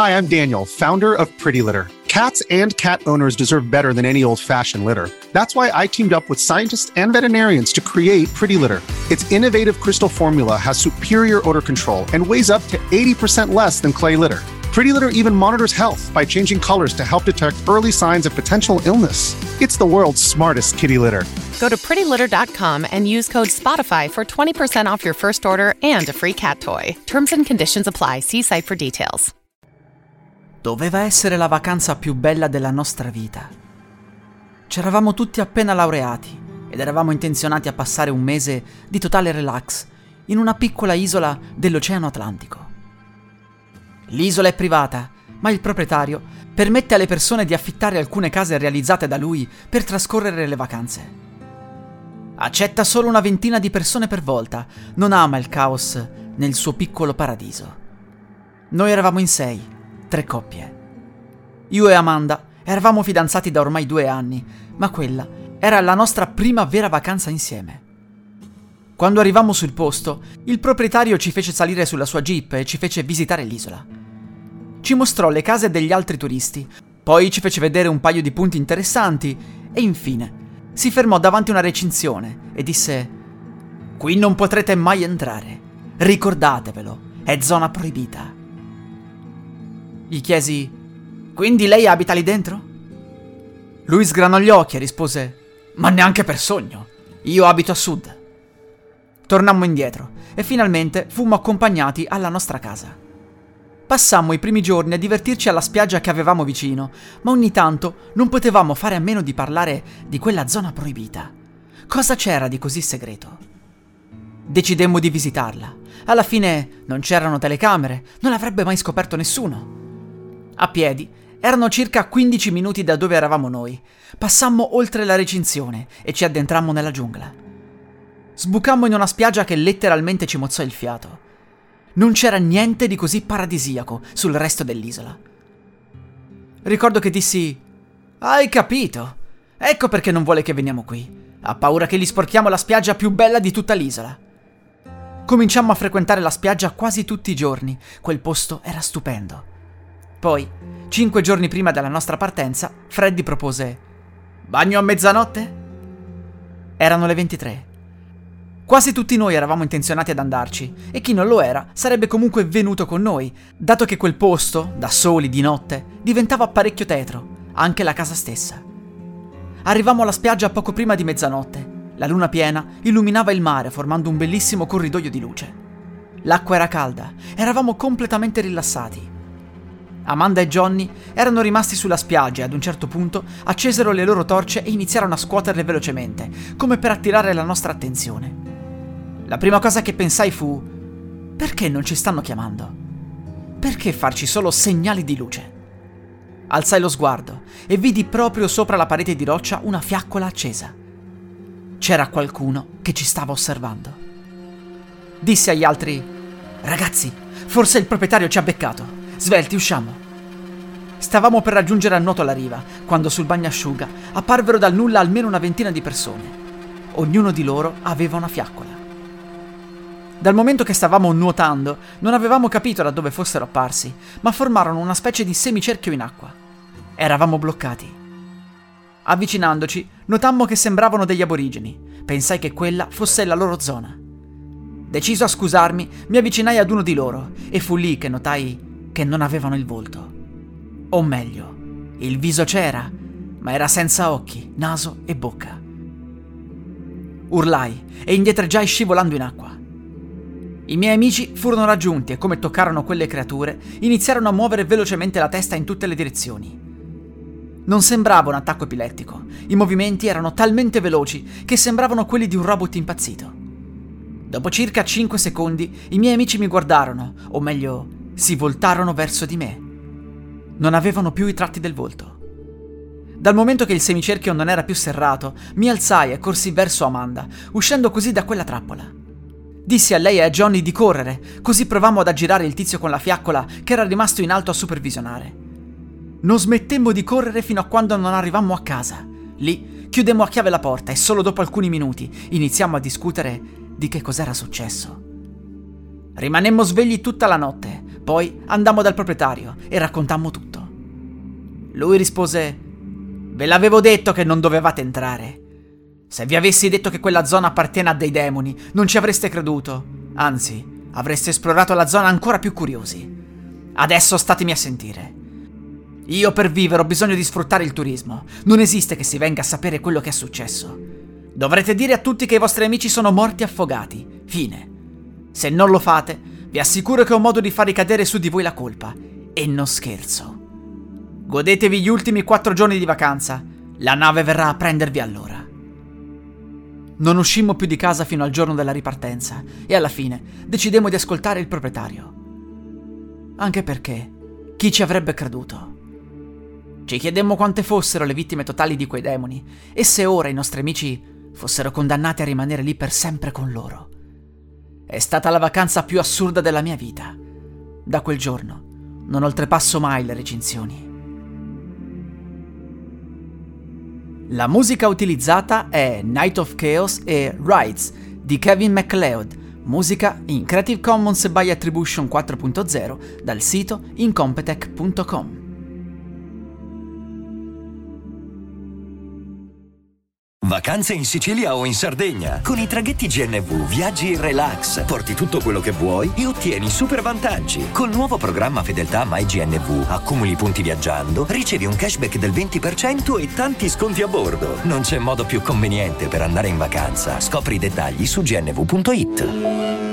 Hi, I'm Daniel, founder of Pretty Litter. Cats and cat owners deserve better than any old-fashioned litter. That's why I teamed up with scientists and veterinarians to create Pretty Litter. Its innovative crystal formula has superior odor control and weighs up to 80% less than clay litter. Pretty Litter even monitors health by changing colors to help detect early signs of potential illness. It's the world's smartest kitty litter. Go to prettylitter.com and use code SPOTIFY for 20% off your first order and a free cat toy. Terms and conditions apply. See site for details. Doveva essere la vacanza più bella della nostra vita. C'eravamo tutti appena laureati ed eravamo intenzionati a passare un mese di totale relax in una piccola isola dell'Oceano Atlantico. L'isola è privata, ma il proprietario permette alle persone di affittare alcune case realizzate da lui per trascorrere le vacanze. Accetta solo una ventina di persone per volta, non ama il caos nel suo piccolo paradiso. Noi eravamo in 6, 3 coppie. Io e Amanda eravamo fidanzati da ormai 2 anni, ma quella era la nostra prima vera vacanza insieme. Quando arrivammo sul posto, il proprietario ci fece salire sulla sua jeep e ci fece visitare l'isola. Ci mostrò le case degli altri turisti, poi ci fece vedere un paio di punti interessanti e infine si fermò davanti a una recinzione e disse: «Qui non potrete mai entrare. Ricordatevelo, è zona proibita». Gli chiesi: «Quindi lei abita lì dentro?» Lui sgranò gli occhi e rispose: «Ma neanche per sogno, io abito a sud». Tornammo indietro e finalmente fummo accompagnati alla nostra casa. Passammo i primi giorni a divertirci alla spiaggia che avevamo vicino, ma ogni tanto non potevamo fare a meno di parlare di quella zona proibita. Cosa c'era di così segreto? Decidemmo di visitarla. Alla fine non c'erano telecamere, non l'avrebbe mai scoperto nessuno. A piedi erano circa 15 minuti da dove eravamo noi. Passammo oltre la recinzione e ci addentrammo nella giungla. Sbucammo in una spiaggia che letteralmente ci mozzò il fiato. Non c'era niente di così paradisiaco sul resto dell'isola. Ricordo che dissi: «Hai capito? Ecco perché non vuole che veniamo qui. Ha paura che gli sporchiamo la spiaggia più bella di tutta l'isola». Cominciammo a frequentare la spiaggia quasi tutti i giorni. Quel posto era stupendo. Poi, 5 giorni prima della nostra partenza, Freddy propose: «Bagno a mezzanotte?» Erano le 23. Quasi tutti noi eravamo intenzionati ad andarci e chi non lo era sarebbe comunque venuto con noi, dato che quel posto, da soli di notte, diventava parecchio tetro, anche la casa stessa. Arrivammo alla spiaggia poco prima di mezzanotte. La luna piena illuminava il mare formando un bellissimo corridoio di luce. L'acqua era calda, eravamo completamente rilassati. Amanda e Johnny erano rimasti sulla spiaggia e ad un certo punto accesero le loro torce e iniziarono a scuoterle velocemente, come per attirare la nostra attenzione. La prima cosa che pensai fu: perché non ci stanno chiamando? Perché farci solo segnali di luce? Alzai lo sguardo e vidi proprio sopra la parete di roccia una fiaccola accesa. C'era qualcuno che ci stava osservando. Dissi agli altri: «Ragazzi, forse il proprietario ci ha beccato. Svelti, usciamo». Stavamo per raggiungere a nuoto la riva, quando sul bagnasciuga apparvero dal nulla almeno una ventina di persone. Ognuno di loro aveva una fiaccola. Dal momento che stavamo nuotando, non avevamo capito da dove fossero apparsi, ma formarono una specie di semicerchio in acqua. Eravamo bloccati. Avvicinandoci, notammo che sembravano degli aborigeni. Pensai che quella fosse la loro zona. Deciso a scusarmi, mi avvicinai ad uno di loro e fu lì che notai che non avevano il volto. O meglio, il viso c'era, ma era senza occhi, naso e bocca. Urlai e indietreggiai scivolando in acqua. I miei amici furono raggiunti e come toccarono quelle creature, iniziarono a muovere velocemente la testa in tutte le direzioni. Non sembrava un attacco epilettico, i movimenti erano talmente veloci che sembravano quelli di un robot impazzito. Dopo circa 5 secondi i miei amici mi guardarono, o meglio, si voltarono verso di me. Non avevano più i tratti del volto. Dal momento che il semicerchio non era più serrato, mi alzai e corsi verso Amanda, uscendo così da quella trappola. Dissi a lei e a Johnny di correre, così provammo ad aggirare il tizio con la fiaccola che era rimasto in alto a supervisionare. Non smettemmo di correre fino a quando non arrivammo a casa. Lì chiudemmo a chiave la porta e solo dopo alcuni minuti iniziammo a discutere di che cos'era successo. Rimanemmo svegli tutta la notte, Poi andammo dal proprietario e raccontammo tutto. Lui rispose: «Ve l'avevo detto che non dovevate entrare. Se vi avessi detto che quella zona appartiene a dei demoni, non ci avreste creduto. Anzi, avreste esplorato la zona ancora più curiosi. Adesso statemi a sentire. Io per vivere ho bisogno di sfruttare il turismo. Non esiste che si venga a sapere quello che è successo. Dovrete dire a tutti che i vostri amici sono morti affogati. Fine. Se non lo fate, vi assicuro che ho modo di far ricadere su di voi la colpa. E non scherzo. Godetevi gli ultimi 4 giorni di vacanza. La nave verrà a prendervi allora». Non uscimmo più di casa fino al giorno della ripartenza e alla fine decidemmo di ascoltare il proprietario. Anche perché chi ci avrebbe creduto? Ci chiedemmo quante fossero le vittime totali di quei demoni e se ora i nostri amici fossero condannati a rimanere lì per sempre con loro. È stata la vacanza più assurda della mia vita. Da quel giorno non oltrepasso mai le recinzioni. La musica utilizzata è Night of Chaos e Rides di Kevin MacLeod, musica in Creative Commons by Attribution 4.0 dal sito incompetech.com. Vacanze in Sicilia o in Sardegna. Con i traghetti GNV viaggi in relax, porti tutto quello che vuoi e ottieni super vantaggi. Col nuovo programma Fedeltà MyGNV accumuli punti viaggiando, ricevi un cashback del 20% e tanti sconti a bordo. Non c'è modo più conveniente per andare in vacanza. Scopri i dettagli su gnv.it.